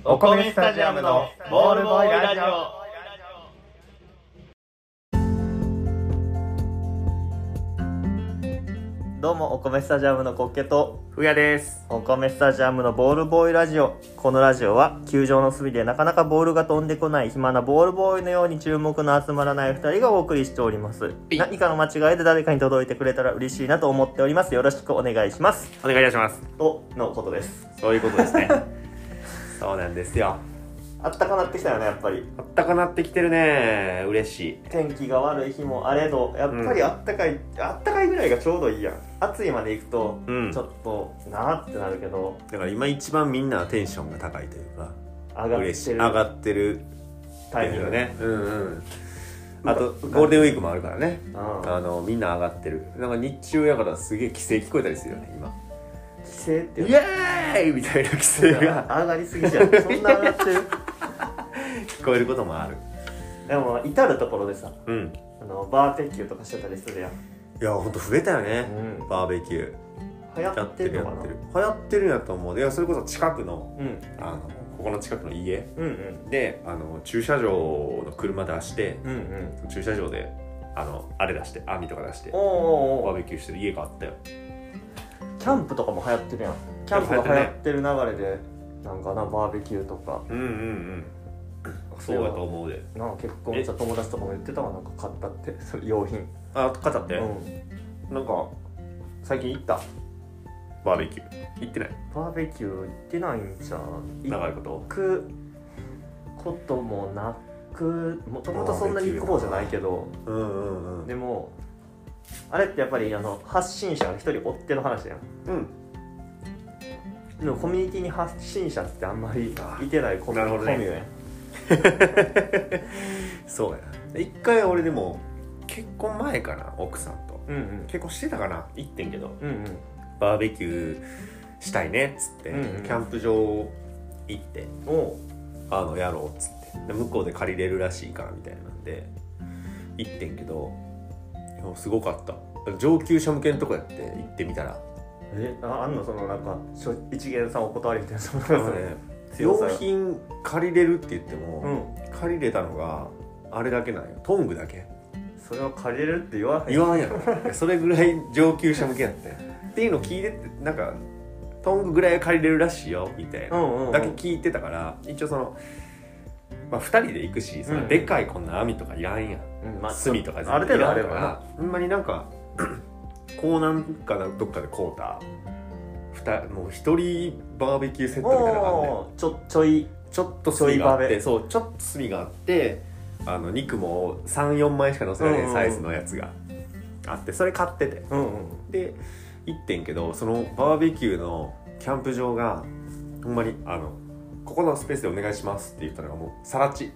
お米スタジアムのボールボーイラジオ。どうも、お米スタジアムのコッケとふやです。 お米スタジアムのボールボーイラジオ。このラジオは球場の隅でなかなかボールが飛んでこない暇なボールボーイのように注目の集まらない2人がお送りしております。何かの間違いで誰かに届いてくれたら嬉しいなと思っております。よろしくお願いします。 お願いいたします。 とのことです。 そういうことですね。そうなんですよ。 あったかなってきたよね、やっぱり。 あったかなってきてるね。嬉しい。 天気が悪い日もあれど、やっぱりあったかいぐらいがちょうどいいやん。暑いまで行くと、ちょっとなーってなるけど、 だから今一番みんなテンションが高いというか、上がってるタイミングね。 あとゴールデンウィークもあるからね。みんな上がってる。なんか日中やからすげえ規制聞こえたりするよね、今。 規制ってイエーイみたいな規制が上がりすぎじゃん。そんな上がってる聞こえることもある。 でも至るところでさ、バーベキューとかしてたりするやん。 いやほんと増えたよね、バーベキュー流行ってるのかな。 流行ってるんやと思う。いやそれこそ近くの、ここの近くの家、で駐車場の車出して、駐車場であれ出して網とか出してバーベキューしてる家があったよ。 キャンプとかも流行ってるやん。キャンプが流行ってる流れでなんかな、バーベキューとか。 そうだと思うで。 なんか結婚した友達とかも言ってたわ。なんか買ったって、それ用品。 買ったって。なんか最近行ったバーベキュー行ってない。 バーベキュー行ってないんじゃん。 長いこと行くこともなく、もともとそんなに行く方じゃないけど、でもあれってやっぱり発信者が一人追っての話やん。でもコミュニティに発信者ってあんまりいてないコミュやん。 そうやな。一回俺でも結婚前かな、奥さんと、結婚してたかな、行ってんけど、バーベキューしたいねっつって、キャンプ場行ってやろうっつって、向こうで借りれるらしいからみたいなんで行ってんけど、すごかった。上級者向けのとこやって行ってみたら、 あんのそのなんか一元さんお断りみたいなその用品借りれるって言っても、借りれたのがあれだけなんよ。トングだけ。 それを借りれるって言わんやろ。それぐらい上級者向けやってっていうのを聞いてて、なんかトングぐらいは借りれるらしいよみたいなだけ聞いてたから、一応その2人で行くし、そのでかいこんな網とかいらんやん、炭とかある程度あればな。ほんまになんか港南かな、どっかで買うたもう一人バーベキューセットみたいなのがあって、ちょっと炭があって、そうちょっと炭があって、肉も 3,4 枚しか乗せられないサイズのやつがあって、それ買ってて、で行ってんけど、そのバーベキューのキャンプ場がほんまにここのスペースでお願いしますって言ったのがもうさらち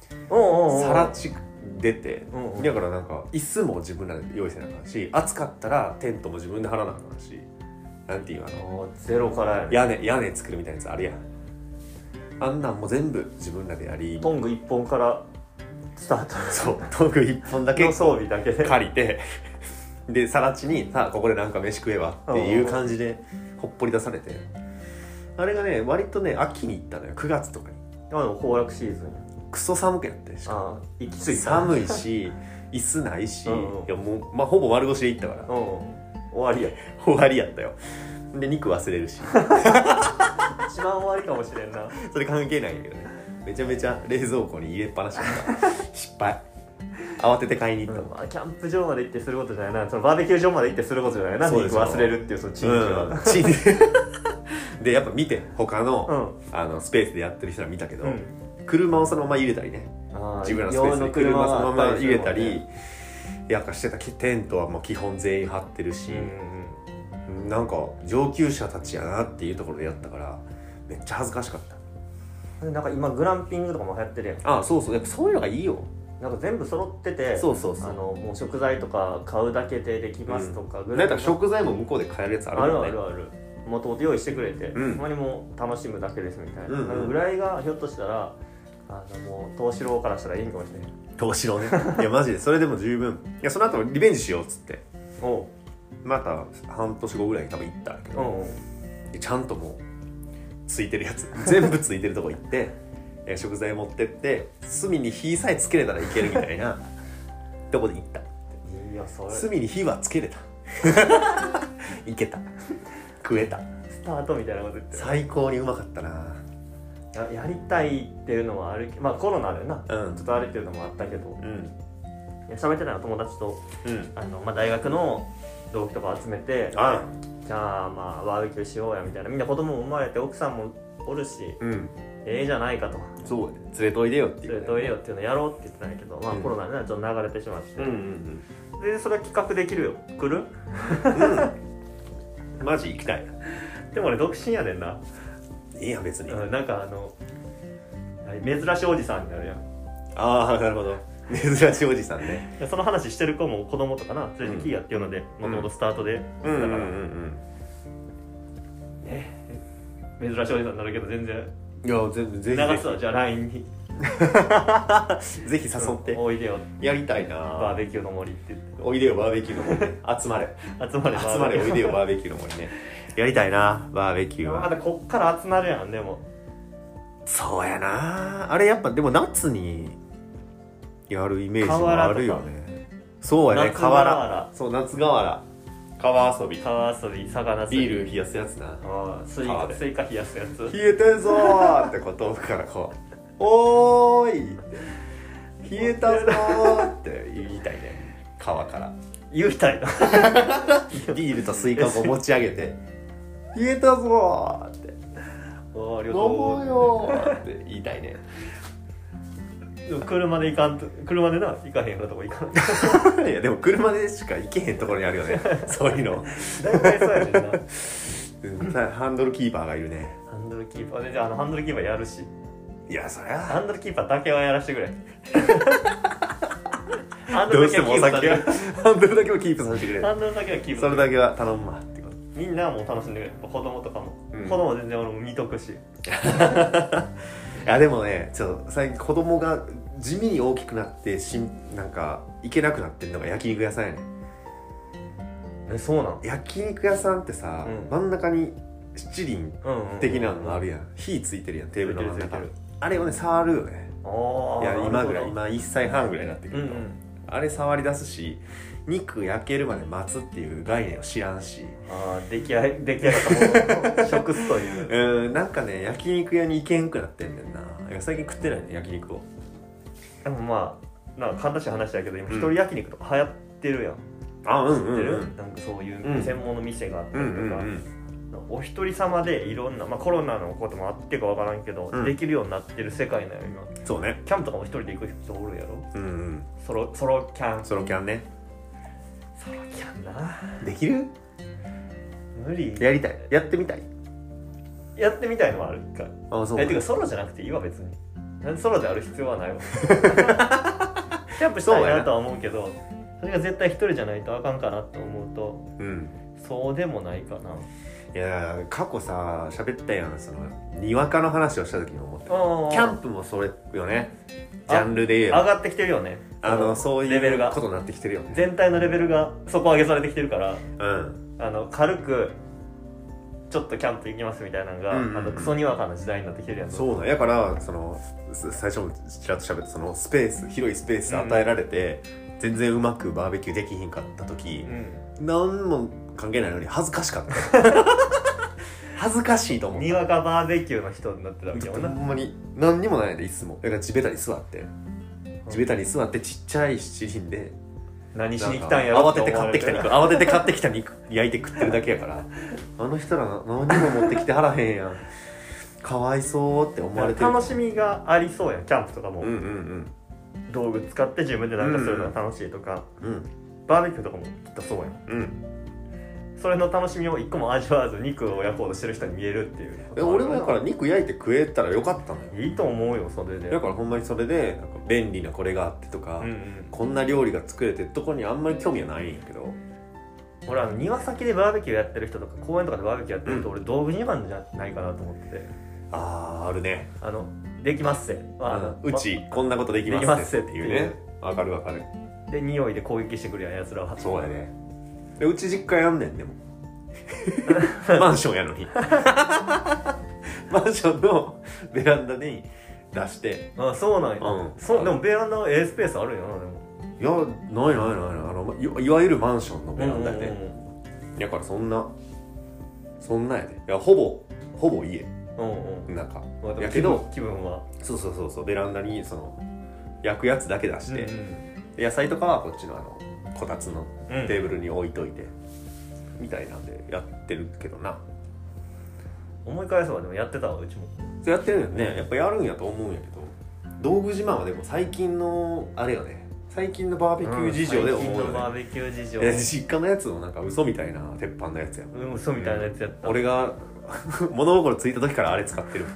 出て、だからなんか椅子も自分らで用意せなあかんし、暑かったらテントも自分で張らなあかんし、なんていうゼロからやね屋根作るみたいなやつあるやん。あんなんも全部自分らでやり、 トング1本からスタート。 そうトング1本だけの装備だけで借りてでさらちにさあここでなんか飯食えばっていう感じでほっぽり出されて、あれがね割とね秋に行ったのよ、9月とかに。 でも行楽シーズンクソ寒くやって、しかも行き過ぎた。 寒いし椅子ないし、いやもうほぼ丸腰で行ったから、終わりやったよ。で肉忘れるし一番終わりかもしれんな。 それ関係ないんやけどね、めちゃめちゃ冷蔵庫に入れっぱなしだった失敗。慌てて買いに行った、 キャンプ場まで行ってすることじゃないな、そのバーベキュー場まで行ってすることじゃないな、肉忘れるっていうその珍事は、 でやっぱ見て他の、スペースでやってる人は見たけど、車をそのまま入れたりね、自分らのスペースに車をそのまま入れたりやっぱしてた。テントはもう基本全員張ってるし、なんか上級者たちやなっていうところでやったからめっちゃ恥ずかしかった。 なんか今グランピングとかも流行ってるやん。 そうそう、やっぱそういうのがいいよ。 なんか全部揃ってて、もう食材とか買うだけでできますとかぐらい、 なんか食材も向こうで買えるやつあるもんね。 あるもともと用意してくれて、ほんまにもう楽しむだけですみたいな、ぐらいがひょっとしたらもう東四郎からしたらいいんかもしれない。 東四郎ねいやマジでそれでも十分。いやその後リベンジしようっつってまた半年後ぐらいに多分行ったんだけど、ちゃんともうついてるやつ全部ついてるとこ行って食材持ってって炭に火さえつけれたらいけるみたいなとこで行った。 いやそれ炭に火はつけれたいけた食えた。 スタートみたいなこと言って最高にうまかったな。 やりたいっていうのはあるまあコロナでな、 うん、 ちょっとあれっていうのもあったけど、 うん、 喋ってたの友達と、 うん、 まあ、大学の同期とか集めて、じゃあまあバーベキューしようやみたいな、みんな子供も生まれて奥さんもおるし、 うん、 じゃないかと、 そう連れといでよっていう、ね、 連れといでよっていうのをやろうって言ってたんやけど、まあ、コロナでねちょっと流れてしまって、 うんうんうん、でそれは企画できるよ、来る？ うん、マジ行きたい。 でも俺独身やねんな。 いいや別に、 なんか珍しいおじさんになるやん。 ああなるほど、珍しいおじさんね。 その話してる子も子供とかな連れてきやっていうのでもともとスタートで、だから珍しいおじさんになるけど全然いや全然流すわ。じゃあ LINE にぜひ誘って、 おいでよやりたいな。 バーベキューの森って言って、 おいでよバーベキューの森ね集まれおいでよバーベキューの森ねやりたいなバーベキューは。 まだこっから集まるやん。でもそうやな、あれやっぱでも夏にやるイメージもあるよね。そうやね、 夏河原。 そう夏河原、川遊び魚釣り、 ビール冷やすやつな。 スイカ冷やすやつ。 冷えてんぞーってこう遠くからこうおーいって冷えたぞーって言いたいね。川から言いたいなビールとスイカを持ち上げて冷えたぞーって飲もうよーって言いたいね。 でも車で行かんと、車でな行かへんようなとこ行かんいやでも車でしか行けへんところにあるよねそういうの大体そうやねんなハンドルキーパーがいるね。 ハンドルキーパーで、じゃあハンドルキーパーやるし、 いやそりゃハンドルキーパーだけはやらせてくれどうしてもお酒はハンドルだけはキープさせてくれ。 ハンドルだけはキープ、 それだけは頼むわってこと。 みんなはもう楽しんでくれ。子供とかも、子供全然俺も見とくしいやでもねちょっと最近子供が地味に大きくなってなんか行けなくなってるのが焼肉屋さんやね。 そうなの？ 焼肉屋さんってさ、真ん中に七輪的なのがあるやん、火ついてるやんテーブルの真ん中。あれをね触るよね。いや今1歳半ぐらいになってくると、あれ触り出すし、肉焼けるまで待つっていう概念を知らんし、 出来上がったものを食すというなんかね焼肉屋に行けんくなってんねんな。最近食ってないね焼肉を。でもまあなんか簡単な話だけど今一人焼肉とか流行ってるやん。知ってる？なんかそういう専門の店があったりとか、お一人様でいろんな、まあ、コロナのこともあってかわからんけど、できるようになってる世界なよ今。 そうね。 キャンプとかも一人で行く人おるやろ。ソロキャンね。 ソロキャンな。 できる？ 無理。 やりたい。やってみたいのはあるか。 そう。 てかソロじゃなくていいわ別に。なんでソロである必要はないわ。キャンプしたいなとは思うけど、それが絶対一人じゃないとあかんかなと思うと、そうでもないかな。 いや過去さ喋ったやん、そのにわかの話をした時に思った。キャンプもそれよね。ジャンルで言えば上がってきてるよね。 そういうレベルがことになってきてるよね。 全体のレベルが底上げされてきてるから、軽くちょっとキャンプ行きますみたいなのが、クソにわかな時代になってきてるやん。 そうだ。だからその最初もちらっと喋ったその広いスペース与えられて、全然うまくバーベキューできひんかった時、何も関係ないのに恥ずかしかった恥ずかしいと思う。 にわかバーベキューの人になってたわけよな。 ほんまに何にもないでいつも。だから地べたに座ってちっちゃい七輪で何しに来たんやろ。 慌てて買ってきた肉焼いて食ってるだけやからあの人ら何にも持ってきてはらへんやんかわいそうって思われてる。 楽しみがありそうやんキャンプとかも。道具使って自分で何かするのが楽しいとか、バーベキューとかもきっとそうやん。それの楽しみを一個も味わわず肉を焼こうとしてる人に見えるっていう。 俺もだから肉焼いて食えたらよかったのよ。 いいと思うよそれで。 だからほんまにそれでなんか便利なこれがあってとか、こんな料理が作れてるとこにあんまり興味はないんやけど、 俺庭先でバーベキューやってる人とか公園とかでバーベキューやってる人、俺道具2番じゃないかなと思ってて。 あるね。 できますせ。 うちこんなことできますせっていうね。わかる。 で匂いで攻撃してくるやつらは。 そうやね。でうち実家やんねんでもマンションやのにマンションのベランダに出して。 あ、そうなんや、そう。でもベランダのスペースあるよな。 でもいや、ないいわゆるマンションのベランダで、だからそんなやで、いやほぼ家、なんか、やけど気分はそうベランダにその焼くやつだけ出して、野菜とかはこっちのこたつのテーブルに置いといて、みたいなんでやってるけどな。 思い返せばでもやってたわ、うちも。 そうやってるよね。やっぱやるんやと思うんやけど、道具自慢はでも最近のあれよね、最近のバーベキュー事情で思うよね。 最近のバーベキュー事情。 実家のやつもなんか嘘みたいな鉄板のやつや。 嘘みたいなやつやった。 俺が物心ついた時からあれ使ってる。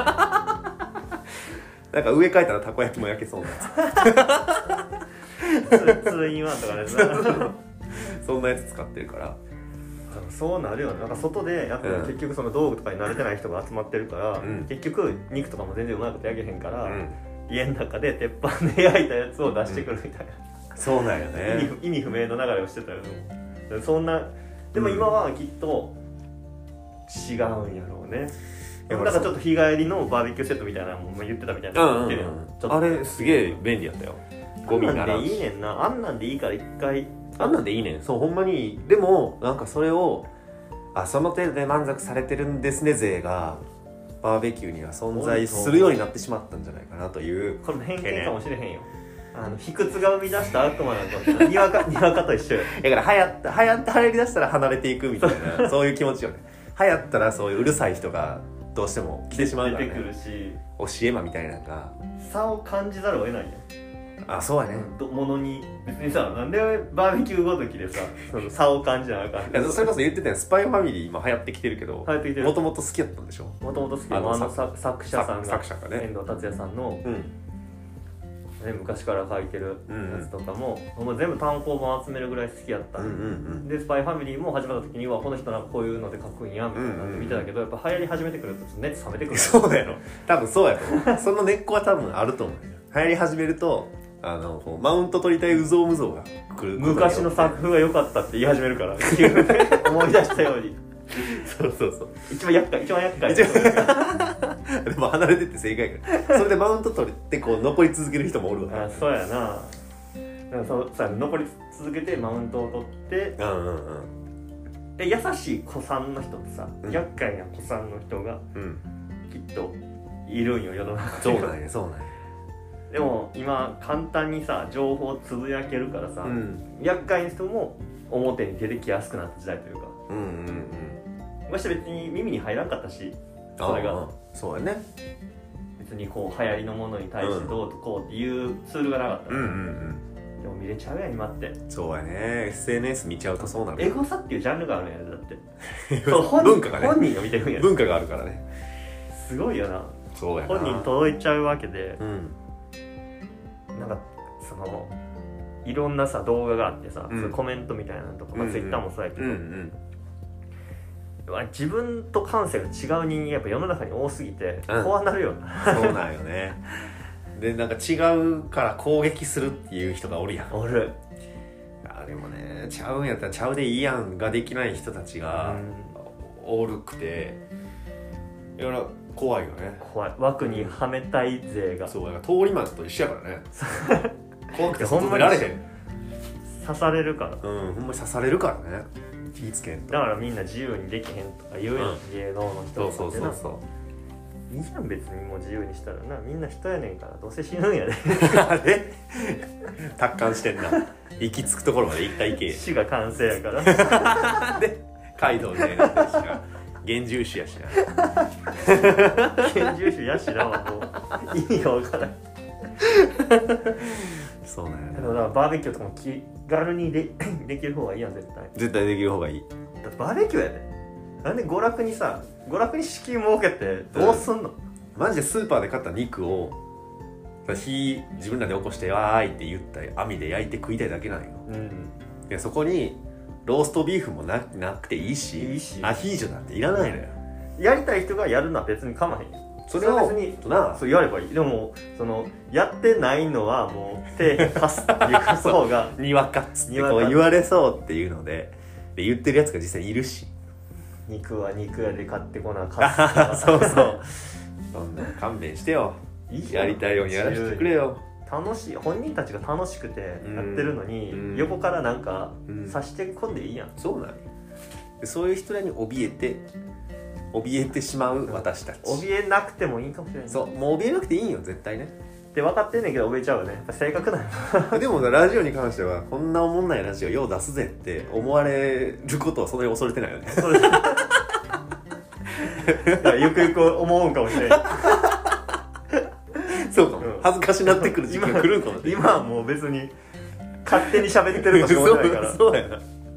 なんか上書いたらたこ焼きも焼けそうなやつ。2-in-1 とかね。 そんなやつ使ってるから。 そうなるよね。なんか外でやって、結局その道具とかに慣れてない人が集まってるから、結局肉とかも全然うまいこと焼けへんから、家の中で鉄板で焼いたやつを出してくるみたいな、 そうなんよね。 意味不明の流れをしてたよ。そんなでも今はきっと違うんやろうね。でもなんかちょっと日帰りのバーベキューセットみたいなのも言ってたみたいな、 あれすげえ便利やったよ。 ゴミならいいねんな。あんなんでいいから一回、 あんなんでいいねん。そう、ほんまに。でもなんかそれをその程度で満足されてるんですね勢がバーベキューには存在するようになってしまったんじゃないかなという。 これも偏見かもしれへんよ。卑屈が生み出した悪魔なんかにわかと一緒よ。 だから流行りだしたら離れていくみたいなそういう気持ちよね。流行ったらそういううるさい人がどうしても来てしまうからね。 出てくるし、 教え魔みたいなのが差を感じざるを得ないね。 あ、そうやね。 ものに別にさ、なんでバーベキューごときでさ、その差を感じなあかん。 いや、それこそ言ってたよ。スパイファミリー今流行ってきてるけど、もともと好きだったんでしょ。 もともと好きで、作者さんが作者がね、 遠藤達也さんの、昔から書いてるやつとかも、もう全部単行本集めるぐらい好きやった。でスパイファミリーも始まった時にはこの人なんかこういうので書くんやみたいなの見てたけど、やっぱ流行り始めてくると熱冷めてくる。 そうだよ。多分そうやと思う。その根っこは多分あると思う。流行り始めるとマウント取りたいうぞうむぞうが来る。 昔の作風が良かったって言い始めるから思い出したように。 そう一番厄介でも離れてって正解か。それでマウント取ってこう残り続ける人もおるわ。 あ、そうやな。そうさ、残り続けてマウントを取って、優しい子さんの人ってさ、厄介な子さんの人がきっといるんよ、世の中。 そうなんや、そうなんや。 でも今簡単にさ情報をつぶやけるからさ、厄介な人も表に出てきやすくなった時代というか、まして別に耳に入らんかったし、それがそうやね。 別にこう流行りのものに対してどうとこうっていうツールがなかったら、でも見れちゃうやん今って。 そうやね。 SNS 見ちゃうとそうなる。 エゴサっていうジャンルがあるんやで、だって文化がね、 本人が見てるんや。 文化があるからね。 すごいよな。 そうやな。 本人届いちゃうわけで、なんかそのいろんなさ動画があってさ、コメントみたいなのとか、Twitter もそうやけど、自分と感性が違う人間やっぱ世の中に多すぎて怖なるよな。 そうなんよね。でなんか違うから攻撃するっていう人がおるやん。 おる。 でもね、ちゃうんやったらちゃうでいいやんができない人たちがおるくて、いや怖いよね。 怖い。枠にはめたい勢が。 そうだから通り魔と一緒やからね。怖くて外出られへん。刺されるから。 ほんまに刺されるからね。気ぃつけんと。 だからみんな自由にできへんとか言うやん、芸能の人とかってな。いいやん別にもう自由にしたらな、みんな人やねんからどうせ死ぬんやで。 あれ達観してんな。行き着くところまで一回行け。 死が完成やから。 でカイドウみたいになってるしな。幻獣種やしな。 幻獣種やしなはもう意味が分からない。 そうなんやね。 だからバーベキューとかも気軽にできる方がいいやん、絶対できる方がいい。 だってバーベキューやで。なんで娯楽に敷居設けてどうすんの、 マジでスーパーで買った肉を火自分らで起こしてわーいって言った網で焼いて食いたいだけなんよ、でそこにローストビーフも なくていいしアヒージョなんていらないのよ。 やりたい人がやるのは別に構わへんよ。 それは別にそうやればいい。でもそのやってないのはもう手貸すっていう方がにわかっつってこう言われそうっていうので言ってるやつが実際いるし、 肉は肉屋で買ってこなかったそうそうそんな勘弁してよ。やりたいようにやらせてくれよ。 楽しい、本人たちが楽しくてやってるのに、横からなんか差して込んでいいやん。 そうなんで、そういう人らに怯えてしまう私たち。 怯えなくてもいいかもしれない。 そう、もう怯えなくていいよ絶対ねって分かってんねんけど怯えちゃうよね。やっぱ性格なんやでもラジオに関してはこんなおもんないラジオよう出すぜって思われることはそんなに恐れてないよね。 いやゆくゆく思うんかもしれない。 そうかも、恥ずかしなってくる時期が来るんかも。 今はもう別に勝手に喋ってるかもしれないからそうやな。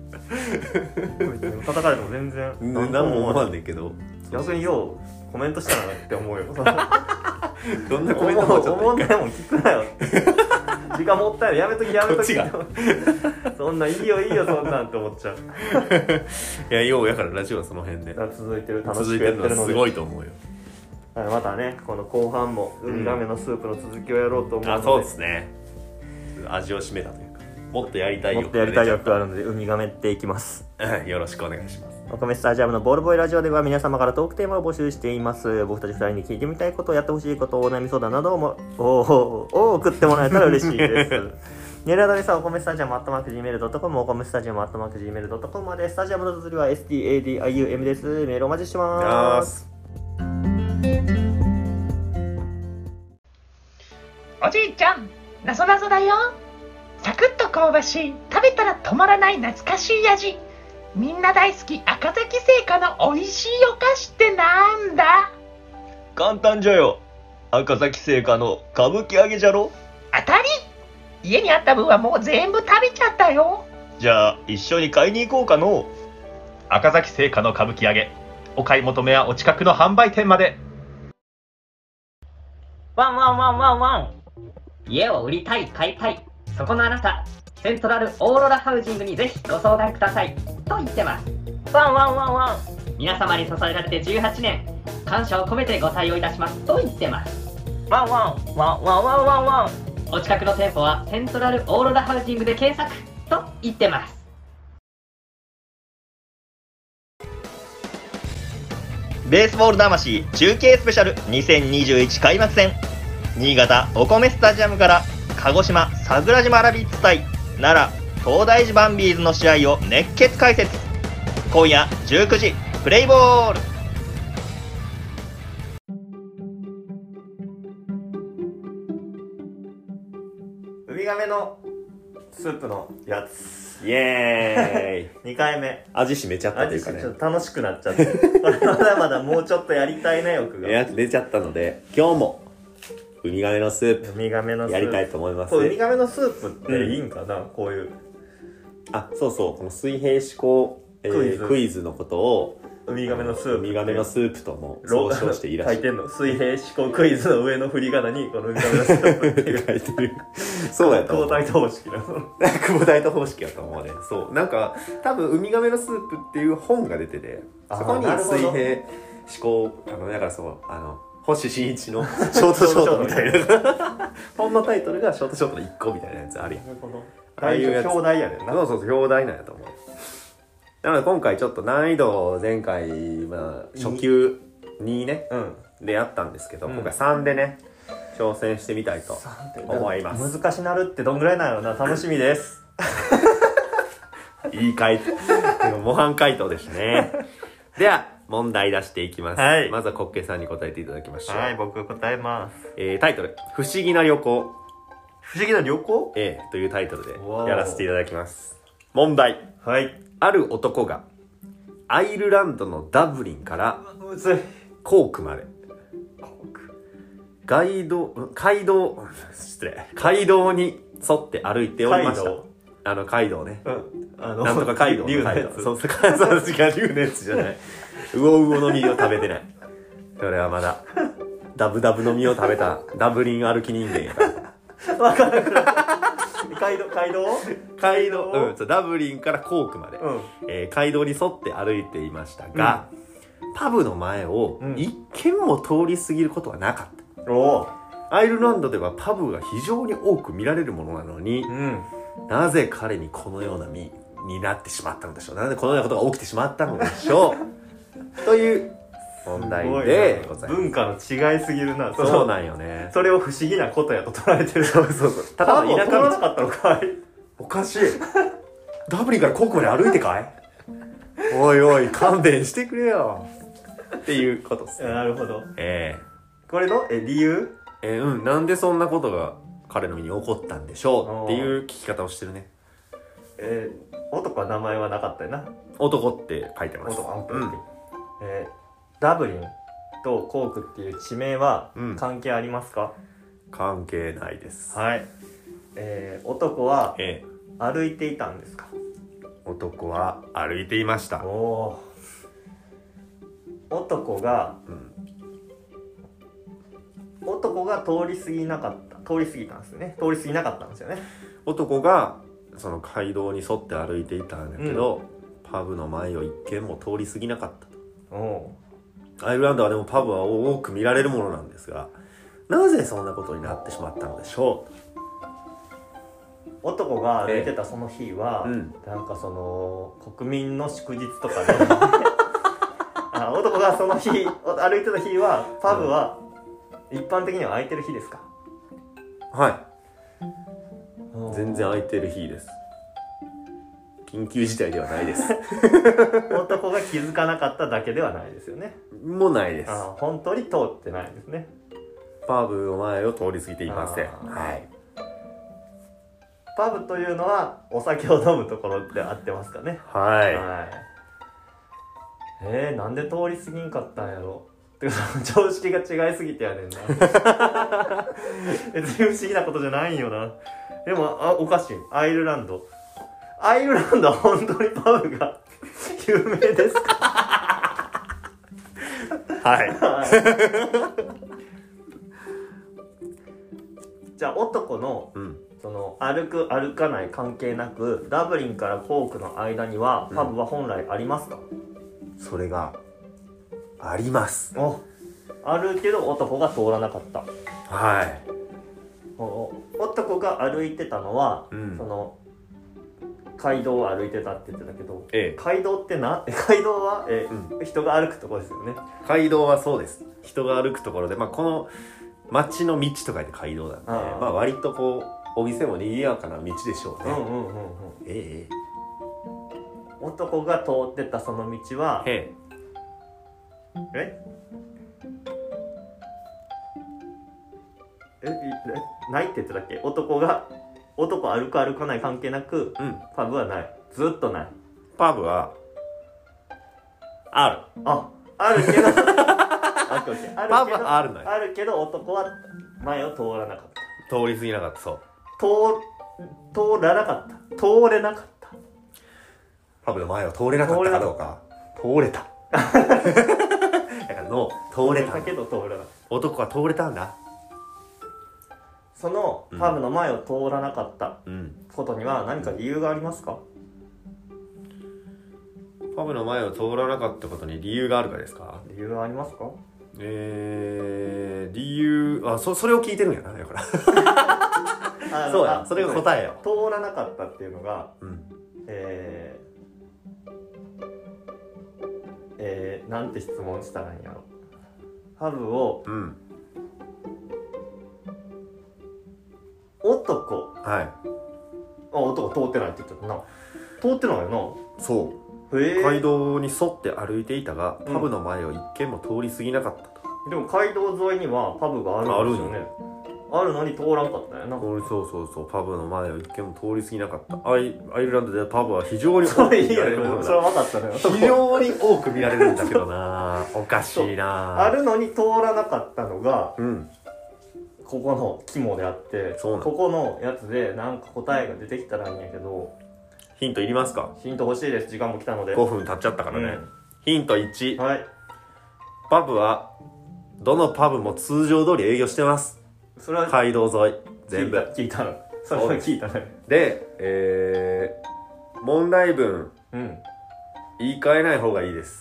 叩かれても全然何も思わんねんけど、 逆にようコメントしたなって思うよ。 どんなコメントもちょっと思んないもん聞くなよ。時間もったいない、やめときこっちがそんないいよそんなんって思っちゃう。 いやようやからラジオはその辺で続いてる、楽続いしくやってるので、 てるのはすごいと思うよ。 またねこの後半もウミガメのスープの続きをやろうと思うので、 そうですね、味を占めたというか、もっとやりたいもっとやりたい欲があるのでウミガメっていきます。 よろしくお願いします。 お米スタジアムのボールボーイラジオでは皆様からトークテーマを募集しています。僕たち2人に聞いてみたいこと、やってほしいこと、お悩み相談なども送ってもらえたら嬉しいです。メールアドレスはお米スタジアム@gmail.com、お米スタジアム@gmail.com まで。スタジアムの綴りは STADIUM です。メールお待ちしてます。 おじいちゃん、なぞなぞだよ。サクッと香ばしい、食べたら止まらない懐かしい味。みんな大好き赤崎製菓の美味しいお菓子ってなんだ？ 簡単じゃよ。赤崎製菓の歌舞伎揚げじゃろ。 当たり。家にあった分はもう全部食べちゃったよ。 じゃあ一緒に買いに行こうかの。 赤崎製菓の歌舞伎揚げ、お買い求めはお近くの販売店まで。 ワンワンワンワンワン。家を売りたい買いたい、そこのあなた、セントラルオーロラハウジングにぜひご相談くださいと言ってます。ワンワンワンワン。皆様に支えられて18年、感謝を込めてご対応いたしますと言ってます。ワンワンワンワンワンワンワン。お近くの店舗はセントラルオーロラハウジングで検索と言ってます。 ベースボール魂中継スペシャル2021開幕戦、新潟お米スタジアムから鹿児島桜島ラビッツ対奈良東大寺バンビーズの試合を熱血解説。今夜19時プレイボール。 ウミガメのスープのやつ、 イエーイ 2回目味しめちゃったというかね、 ちょっと楽しくなっちゃってまだまだもうちょっとやりたいな欲が出ちゃったので、今日もウミガメのスープウミガメのスープやりたいと思います。 ウミガメのスープっていいんかな、こういうそうそう、この水平思考、クイズのことをウミガメのスープ、 ウミガメのスープとも総称していらっしゃる。 書いてんの、水平思考クイズの上の振り仮名にこのウミガメのスープっていう書いてる。そうやと思う。 久保タイト方式なの。 久保タイト方式やと思うね。そう、なんか多分ウミガメのスープっていう本が出てて、そこに水平思考、だからそう、星新一のショートショートみたいな本のタイトルがショートショートの1個みたいなやつあるやん。 なるほど。 ああいうやつ表題やねんな。 そうそう、表題なんやと思う。なので今回ちょっと難易度前回初級2ね、でやったんですけど、今回3でね挑戦してみたいと思います。 難しなるってどんぐらいなのな、楽しみです。 いい回答、模範回答ですね。では問題出していきます。 はい、 まずはコッケさんに答えていただきましょう。 はい、僕答えます。 タイトル、不思議な旅行。 不思議な旅行？ というタイトルでやらせていただきます。問題。 はい。 ある男がアイルランドのダブリンからコークまで街道に沿って歩いておりました。街道ね。なんとか街道の街道。そう、違う、竜のやつじゃない。ウオウオの実を食べてない。それはまだダブダブの実を食べたダブリン歩き人間やから。 わからなくなった。街道、 ダブリンからコークまで、街道に沿って歩いていましたが、パブの前を一軒も通り過ぎることはなかった。アイルランドではパブが非常に多く見られるものなのに、なぜ彼にこのような身になってしまったのでしょう。なぜこのようなことが起きてしまったのでしょう。 という問題でございます。 文化の違いすぎるな。 そうなんよね。 それを不思議なことやと取られてる。 そうただの田舎取らなかったのかい。 おかしい。ダブリンからコークまで歩いてかいおいおい勘弁してくれよっていうことですね。 なるほど。 これの理由なんでそんなことが彼の身に起こったんでしょうっていう聞き方をしてるね。 男は名前はなかったよな。 男って書いてます。 ダブリンとコークっていう地名は関係ありますか？ 関係ないです。 はい。男は歩いていたんですか？ 男は歩いていました。 男が通り過ぎたんですよね。通り過ぎなかったんですよね。 男がその街道に沿って歩いていたんだけど、パブの前を一軒も通り過ぎなかったと。アイルランドはでもパブは多く見られるものなんですが、なぜそんなことになってしまったのでしょう。男が歩いてたその日は、なんかその国民の祝日とかで男がその日歩いてた日はパブは一般的には空いてる日ですか？ はい。全然空いてる日です。緊急事態ではないです。 男が気づかなかっただけではないですよね。 もうないです。 本当に通ってないですね。 パブの前を通り過ぎていません。はい。 パブというのはお酒を飲むところで合ってますかね。 はい。 なんで通り過ぎんかったんやろ。てか常識が違いすぎてやねんな。別に不思議なことじゃないんよな。でもおかしい。アイルランドは本当にパブが有名ですか？ はい。 じゃあ男の、その歩く歩かない関係なくダブリンからコークの間にはパブは本来ありますか？ それがあります。 あるけど男が通らなかった。 はい。 男が歩いてたのは、その街道を歩いてたって言ってたけど、街道って街道は、人が歩くところですよね。 街道はそうです。人が歩くところで、この街の道と書いて街道なんで、割とこうお店も賑やかな道でしょうね。 男が通ってたその道はないって言ってたっけ？男歩く歩かない関係なく、パブはない。ずっとない。 パブはある。 あるけどパブはあるのよ。 あるけど男は前を通らなかった。 通り過ぎなかった。そう。 通らなかった。通れなかった。 パブの前を通れなかったかどうか。通れた。だから通れたけど通らなかった。 男は通れたんだ。 そのパブの前を通らなかったことには何か理由がありますか？ パブの前を通らなかったことに理由があるかですか？ 理由はありますか？ 理由それを聞いてるんやな。だからそうや、それが答えよ。 通らなかったっていうのが、なんて質問したらいいんやろ。パブを、男通ってないって言ってたな。通ってないよな。 そう。街道に沿って歩いていたが、パブの前を一軒も通り過ぎなかったと。 でも街道沿いにはパブがあるんですよね。あるのに通らんかったよな。 そうパブの前を一軒も通り過ぎなかった。アイルランドではパブは非常に多く見られるものだ。 それは分かったのよ。 非常に多く見られるんだけどな。おかしいな。 あるのに通らなかったのが、ここの肝であって、ここのやつでなんか答えが出てきたらいいんやけど。 ヒントいりますか？ ヒント欲しいです。時間も来たので。 5分経っちゃったからね。ヒント1。 はい。 パブはどのパブも通常通り営業してます。 それは街道沿い全部聞いたの。それは聞いたね。 で、問題文、言い換えない方がいいです。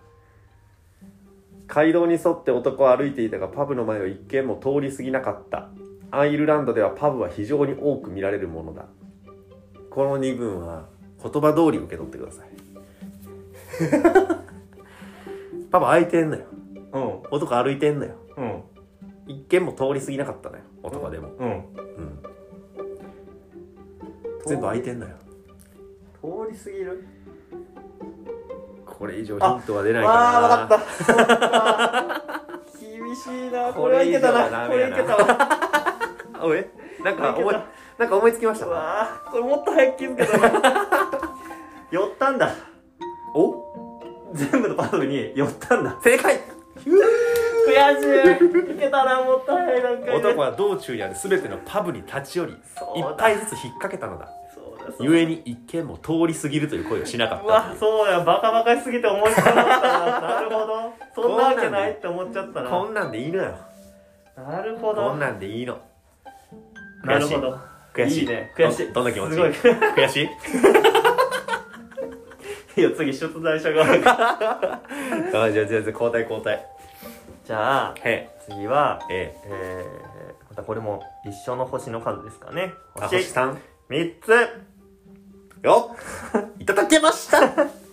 街道に沿って男は歩いていたがパブの前を一軒も通り過ぎなかった。アイルランドではパブは非常に多く見られるものだ。この2文は言葉通り受け取ってください。 パパ空いてんのよ。 うん男歩いてんのよ。 うん一軒も通り過ぎなかったのよ、男でも。 うんうん。全部空いてんのよ。 通り過ぎる。 これ以上ヒントは出ないかな。 あー、わかった厳しいな。これはいけたな。これいけたわ。 おい、なんか思いつきました。 うわー、これもっと早く気づけたな。寄ったんだ。 お、 全部のパズルに寄ったんだ。 正解。 悔しい。いけたな、もっと早い段階で。 男は道中にあるすべてのパブに立ち寄り、 そうだ一杯ずつ引っ掛けたのだ。 そうだそうだ。 ゆえに一見も通り過ぎるという声をしなかった。 うわ、そうや、バカバカしすぎて思いつかなかったな。なるほど。そんなわけないって思っちゃったな。 こんなんでいいのよ。 なるほど。 こんなんでいいの。 なるほど。 悔しい。 いいね。悔しい。 どんな気持ち？ すごい。 悔しい？ いや、次、出題者側が。 あ、じゃあ交代。 じゃあ、 へ次は、 え。 またこれも一緒の星の数ですかね。 星3。 3つ。 よっいただけました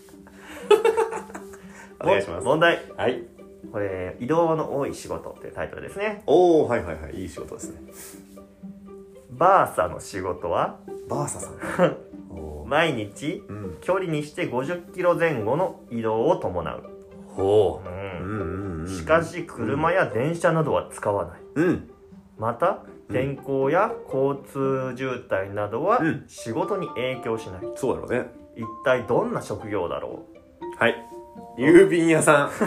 お願いします。 問題。 はい。 これ、移動の多い仕事っていうタイトルですね。 おー、はい。いい仕事ですね。 バーサの仕事は、 バーサさん。おー。 毎日、 うん。 距離にして50キロ前後の移動を伴う。 ほう。 うん。しかし、車や電車などは使わない。 うん。 また、天候や交通渋滞などはうん仕事に影響しない。 そうだろうね。 一体どんな職業だろはい。郵便屋さん。 う。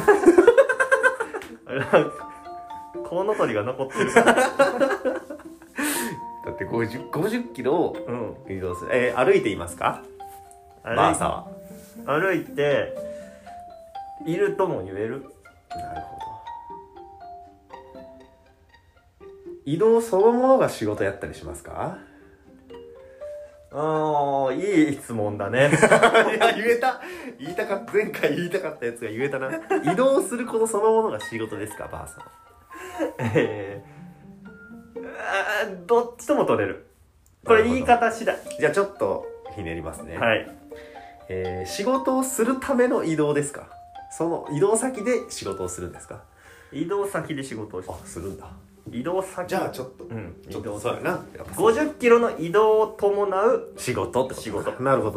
コウノトリが残ってるから。 だって50キロをうん。 移動する。歩いていますか？バーサは。 歩いているとも言える。 なるほど。移動そのものが仕事やったりしますか？ いい質問だね。 いや、前回言いたかったやつが言えたな。移動することそのものが仕事ですか、ばあさん。 どっちとも取れる。これ言い方次第。 じゃあちょっとひねりますね。 はい。 仕事をするための移動ですか？その移動先で仕事をするんですか？ 移動先で仕事をしあ、するんだ。 移動先。 じゃあちょっと、 移動そうやな。やっぱ 50キロの移動を伴う仕事ってことか。 仕事。 なるほど。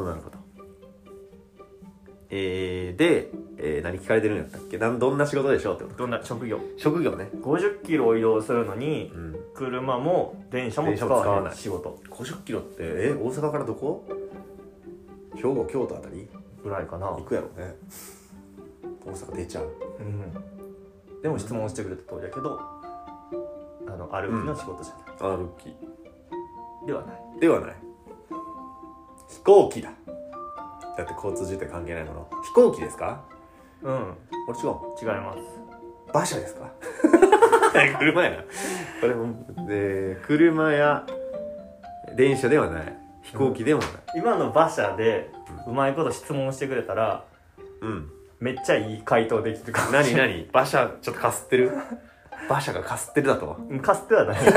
で、何聞かれてるんやったっけ？どんな仕事でしょうってこと？ どんな職業？ 職業ね。 50キロを移動するのに、 うん。 車も電車も使わない仕事 50キロって大阪からどこ？兵庫、京都あたりぐらいかな。 行くやろね。大阪出ちゃう。 でも質問してくれた通りだけど、歩きの仕事じゃない、 歩きではない。 ではない。飛行機だ。だって交通渋滞関係ないもの。飛行機ですか？ うん、 これ違う。 違います。 馬車ですか？車やな。これも車や電車ではない。飛行機でもない。 今の馬車でうまいこと質問してくれたら、めっちゃいい回答できるかもしれない。 何馬車ちょっとかすってる？馬車がかすってるだとは。 かすってはない。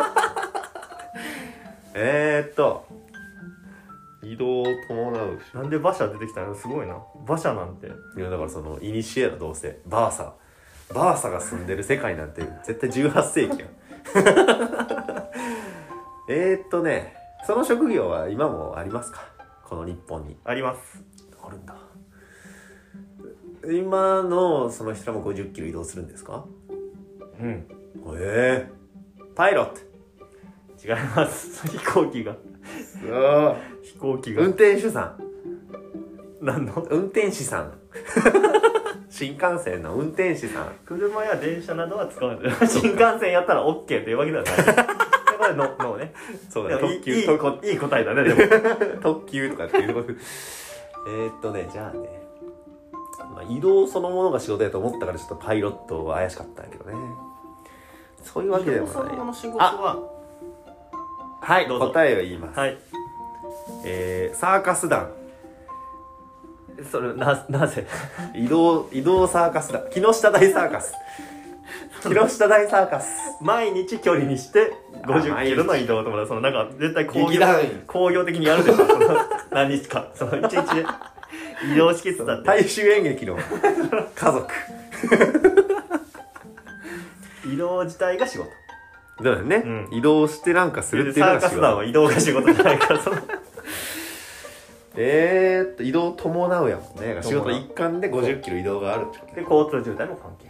移動を伴う。 なんで馬車出てきたの？すごいな。馬車なんて。 いやだからそのイニシエラどうせバーサが住んでる世界なんて絶対18世紀やん。その職業は今もありますか？この日本に。 あります。 あるんだ。今のその人らも50キロ移動するんですか？ うん。 パイロット。 違います。飛行機が。飛行機が。 運転手さん。 何の？ 運転士さん。新幹線の運転士さん。 車や電車などは使わない。新幹線やったら OK っていうわけではない。これのね。 そうだね。 いい答えだね、でも。 特急とかっていうところ。じゃあね。移動そのものが仕事やと思ったからちょっとパイロットは怪しかったんやけどね。そういうわけでもない。 移動そのもの仕事は、 はい、 どうぞ答えを言います。 はい。 サーカス団。 それなぜ？ 移動サーカス団。木下大サーカス。 毎日距離にして50キロの移動とか、そのなんか絶対工業的にやるでしょ。その何日かその1日で移動しきってたって。 大衆演劇の家族。 移動自体が仕事だよね、移動してなんかするっていうのが仕事。 サーカス団は移動が仕事じゃないからその移動伴うやもんね。仕事の一環で50キロ移動があるってことで交通渋滞も関係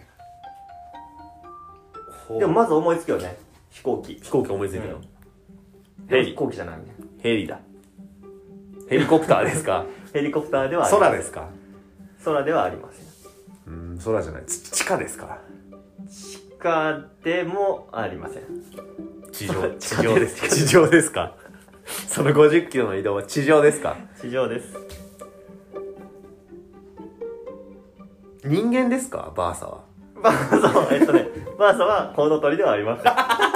ない。でもまず思いつくよね、飛行機思いついたよ、 飛行機じゃないね。 ヘリだ。ヘリコプターですか？ ヘリコプターではありません。 空ですか？ 空ではありません。 空じゃない。地下ですか？ 地下でもありません。 地上です。地上ですか？その50キロの移動は地上ですか？ 地上です。 人間ですか？バーサは。 バーサはコウノトリではありません。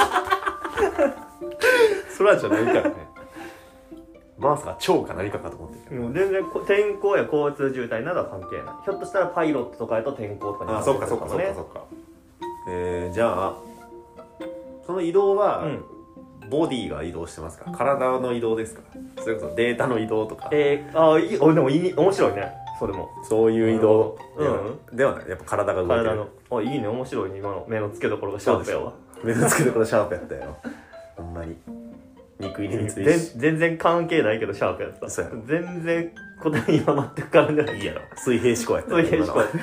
空じゃないからね。バーサは蝶か何かかと思ってるけど。 全然天候や交通渋滞などは関係ない。ひょっとしたらパイロットとかやと天候とかに関係するかもね。 そっか。じゃあその移動は、ボディが移動してますか？体の移動ですか？それこそデータの移動とか。 でも面白いね。それもそういう移動ではない。やっぱ体が動いてる。 いいね、面白いね。今の目の付けどころがシャープやわ。 目の付けどころシャープやったよ。ほんまに肉入りについて全然関係ないけどシャープやった。 そうやろ。 全然答え今全く絡んでない。 いいやろ。水平思考やった。 水平思考やった。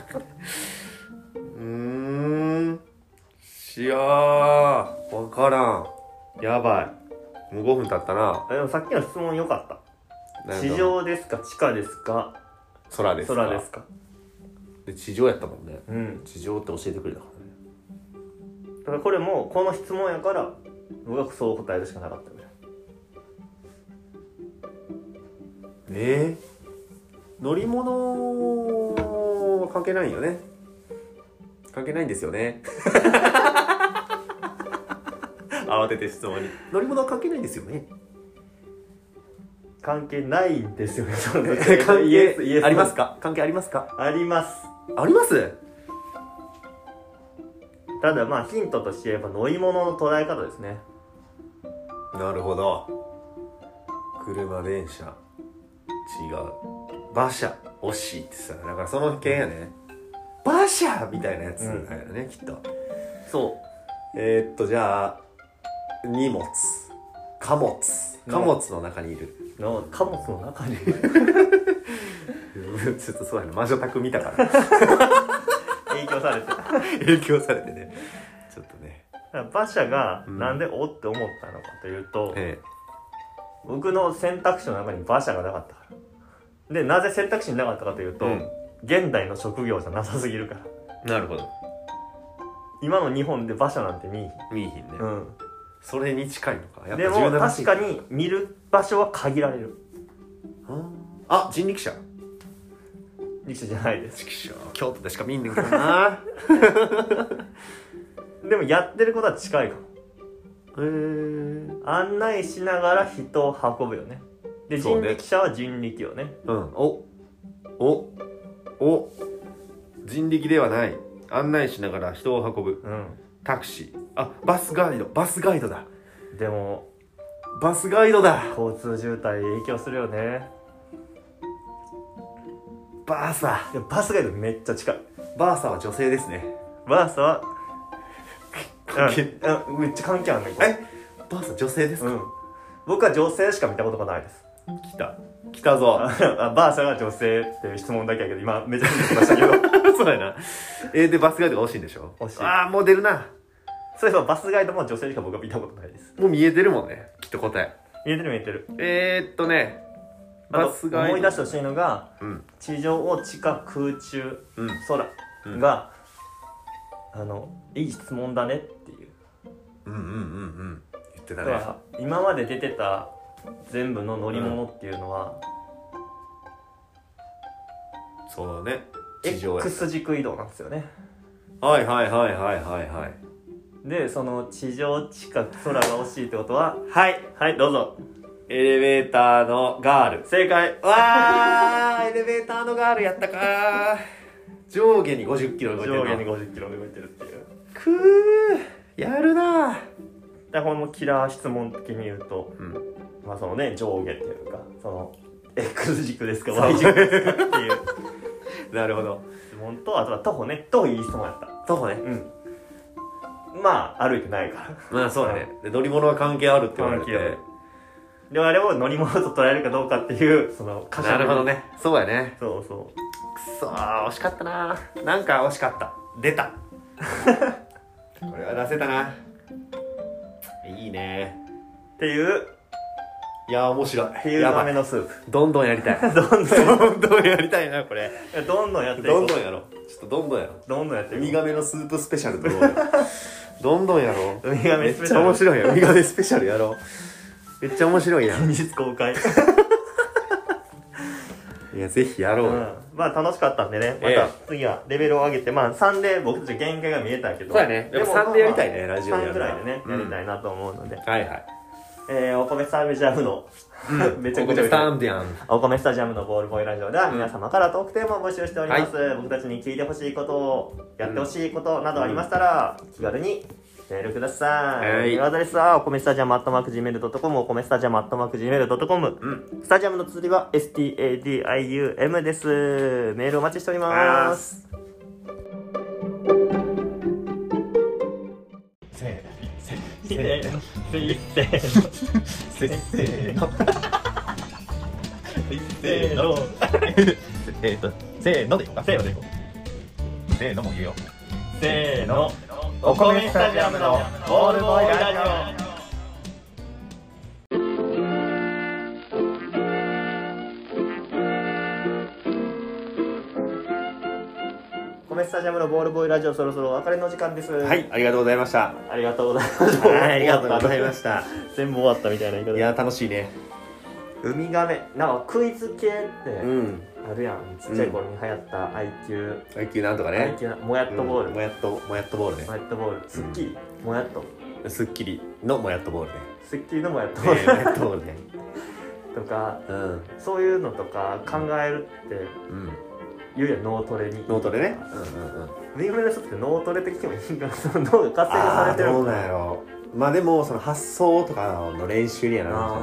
いやーわからん。やばい。もう5分経ったな。 でもさっきの質問良かった。地上ですか？地下ですか？ 空ですか？ 空ですか？ で地上やったもんね。地上って教えてくれたからね。 だからこれもこの質問やから僕はそう答えるしかなかったぐらい。 乗り物は関係ないよね。関係ないんですよね。慌てて質問に。乗り物は関係ないんですよね。 関係ないんですよね。 関係ありますか？関係ありますか？ あります。 あります？ ただヒントとして言えば乗り物の捉え方ですね。 なるほど。車、電車、違う。馬車、惜しいってさ、だからその系やね。馬車みたいなやつだよね、きっと。 そう。 じゃあ荷物、貨物の中にいる。 貨物の中にいる。 ちょっとそうやな、魔女宅見たから影響されてね、ちょっとね。 馬車がなんでおって思ったのかというと、僕の選択肢の中に馬車がなかったから。でなぜ選択肢になかったかというと、現代の職業じゃなさすぎるから。 なるほど。 今の日本で馬車なんて見いひんね。 それに近いのか。やっぱでも確かに見る場所は限られる。 人力車。 力車じゃないです。 京都でしか見んねんからな。 でもやってることは近いかも。案内しながら人を運ぶよね。で人力車は人力よね。 人力ではない。案内しながら人を運ぶ。タクシー。バスガイドだ。 でもバスガイドだ。 交通渋滞影響するよね。 バーサ。 バスガイドめっちゃ近い。 バーサは女性ですね。 バーサはめっちゃ関係あるね。 バーサ女性ですか？ 僕は女性しか見たことがないです。 来たぞ。 バーサが女性っていう質問だけやけど今めちゃくちゃ来ましたけど。 そうやな。でバスガイドが惜しいんでしょ？ 惜しい。 もう出るな。 そういえばバスガイドも女性しか僕は見たことないです。 もう見えてるもんね、きっと答え。 見えてる。 バスガイド思い出してほしいのが、地上を地下空中、空がいい質問だねっていう。 言ってたね。 今まで出てた全部の乗り物っていうのは、 そうだね。地上や。 X 軸移動なんですよね。 はい。 でその地上地下空が欲しいってことは、はいどうぞ。 エレベーターのガール。 正解。 エレベーターのガールやったか。上下に50キロ動いてる。 上下に50キロ動いてるっていう。 やるな。 だこのキラー質問的に言うと、そのね上下っていうかその X 軸ですか Y 軸ですかっていうなるほど。 質問とあとは徒歩ね。徒歩いい質問やった。 徒歩ね。 まあ歩いてないからまあそうだね。で乗り物は関係あるって言われて、 であれを乗り物と捉えるかどうかっていうそのなるほどね。そうやね。 そうそう。 くそー、惜しかったな。なんか惜しかった。出たこれは出せたな。いいねっていういや面白い。 っていう豆のスープどんどんやりたいどんどんやりたいなこれ。 どんどんやっていこう。 どんどんやろう。ちょっとどんどんやろう。 どんどんやっていこう。 ウミガメのスープスペシャル撮ろうよどんどんやろう。 ウミガメめっちスペシャルゃ面白いやん。ウミガメスペシャルやろう。めっちゃ面白いやん。 近日公開いやぜひやろうよ。 まあ楽しかったんでね、また次はレベルを上げて、まあ3で僕たち限界が見えたけど、 そうやね。でも3でやりたいね、ラジオでや 3 るぐらいでね、やりたいなと思うので、 はいはい。 お米スタジアムのめちゃくちゃスタンディアン。 お米スタジアムのボールボーイラジオでは皆様からトークテーマを募集しております、僕たちに聞いてほしいことをやってほしいことなどありましたら、気軽にメールください。メールアドレスはお米スタジアム@gmail.com、お米スタジアム@gmail.com、スタジアムの綴りは STADIUM です。メールお待ちしております。 せーのでいこうか。せーのでいこう。せーのも言うよ。せーの、お米スタジアムのボールボーイラジオ。 お米スタジアムのボールボーイラジオ、そろそろお別れの時間です。 はい、ありがとうございました。 ありがとうございました。 はい、ありがとうございました。 全部終わったみたいな言い方で。 いや楽しいね。 ウミガメなんかクイズ系ってうん。 あるやん、ちっちゃい頃に流行った IQ なんとかね。 IQ もやっとボール、 もやっとボールね。 もやっとボール、スッキリ、もやっとスッキリのもやっとボールね。 スッキリのもやっとボール、 もやっとボールね。 とか、 うんそういうのとか考えるってうん。 言うやん、脳トレに。 ノートでね。 ウミガメの人って脳トレ的にもいいんかな、その脳が活性化されてるどうのかなんやろう。まあでもその発想とかの練習にはなるんじゃない。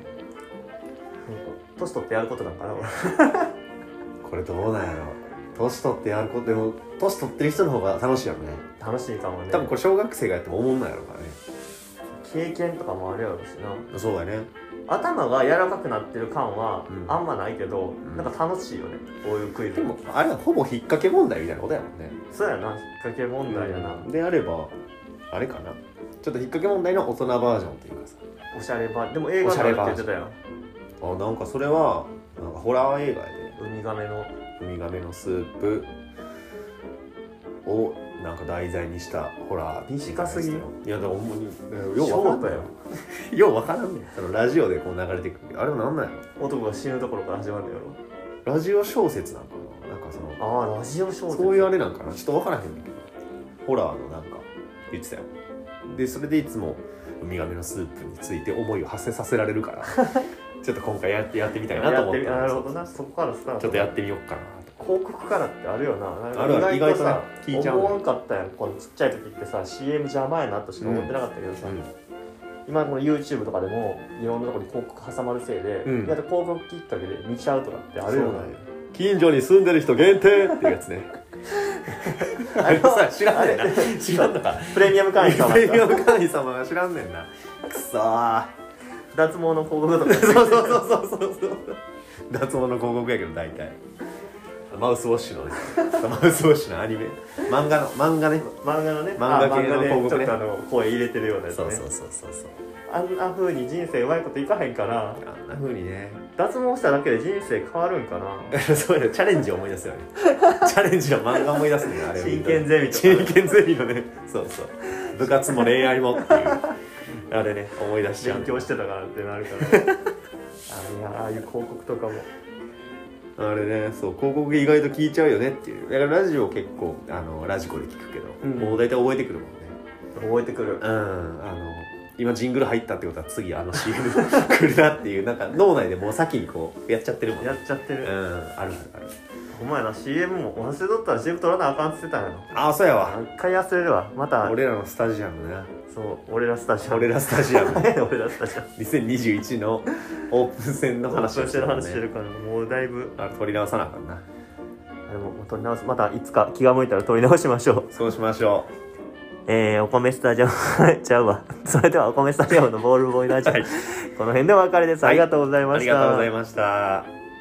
年取ってやることなんかな、 これどうなんやろ。年取ってやることでも年取ってる人の方が楽しいよね。 楽しいかもね。 多分これ小学生がやっても思んないやろからね。 経験とかもあるやろしな。 そうやね。 頭が柔らかくなってる感はうんあんまないけど、なんか楽しいよね、こういうクイズ。 でもあれはほぼ引っ掛け問題みたいなことやもんね。 そうやな、引っ掛け問題やな、 であればあれかな。ちょっと引っ掛け問題の大人バージョンっていうかさ。 おしゃればでも映画だって言ってたやん。 あ、なんかそれはなんかホラー映画でウミガメのウミガメのスープをなんか題材にしたホラー。 短すぎん。 いやだからほんまにショートやん。 ようわからんねん。そのラジオでこう流れてくる。あれはなんなんや男が死ぬところから始まるんやろ。 ろ。ラジオ小説なんかな。なんかそのああ、ラジオ小説。 そういうあれなんかな。ちょっとわからへんねんけど。ホラーのなんか言ってたよ。でそれでいつもウミガメのスープについて思いを発生させられるからちょっと今回やってみたいなと思って。 なるほどな、そこからスタート。 ちょっとやってみようかなと。 広告からってあるよな。なんかあるある意外とさ、 意外とね聞いちゃう思わんかったやん。このちっちゃい時ってさ、CM 邪魔やなとしか思ってなかったけどさ、今この YouTube とかでもいろんなところに広告挟まるせいで、 うん意外と広告きっかけで見ちゃうとかってあるよな。 近所に住んでる人限定っていうやつね。あれさ知らんねんな。知らんのか。 プレミアム会員様プレミアム会員様が知らんねんな。くそー。 脱毛の広告とかそう脱毛の広告やけど大体マウスウォッシュのねマウスウォッシュのアニメ漫画ね漫画のね、 漫画系の広告ねちょっと声入れてるようなやつね。 そうあんな風に人生うまいこといかへんかな。 あんな風にね脱毛しただけで人生変わるんかな。 そういうのチャレンジを思い出すよね。チャレンジの漫画思い出すねあれ。 真剣ゼミとか真剣ゼミのねそう部活も恋愛もっていうあれね思い出しちゃう。 勉強してたからってなるからああいう広告とかもあれね、そう広告意外と聞いちゃうよねっていう。だからラジオ結構ラジコで聞くけど、もう大体覚えてくるもんね。 覚えてくる。 今ジングル入ったってことは次CM 来るなっていうなんか脳内でもう先にこうやっちゃってるもんね。 やっちゃってる。 ある。 お前な CM も忘れとったら CM 撮らなあかんって言ってたんやろ。 ああそうやわ。 一回忘れるわ。また俺らのスタジアムな。 そう俺らスタジアム。 俺らスタジアム俺らスタジアム 2021のオープン戦の話をしてるからもうだいぶ取り直さなあかんな。 でも取り直す、またいつか気が向いたら取り直しましょう。 そうしましょお米スタジアムちゃうわ。それではお米スタジアムのボールボーイラジオ、 はいこの辺でお別れです。ありがとうございう。 ました。 ありがとうございました。